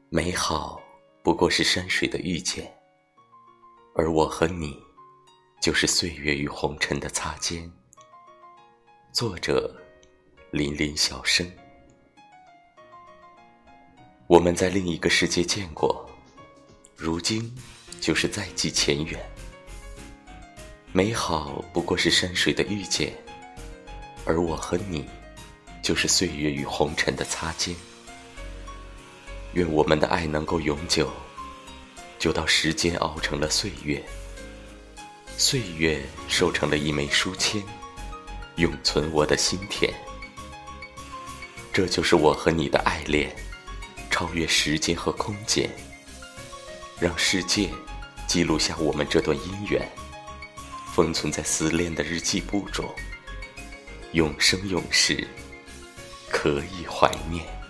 美好不过是山水的遇见，而我和你就是岁月与红尘的擦肩。作者林林小生。我们在另一个世界见过，如今就是再记前缘。美好不过是山水的遇见，而我和你就是岁月与红尘的擦肩。愿我们的爱能够永久，就到时间熬成了岁月，岁月收成了一枚书签，永存我的心田。这就是我和你的爱恋，超越时间和空间，让世界记录下我们这段姻缘，封存在思恋的日记簿中，永生永世可以怀念。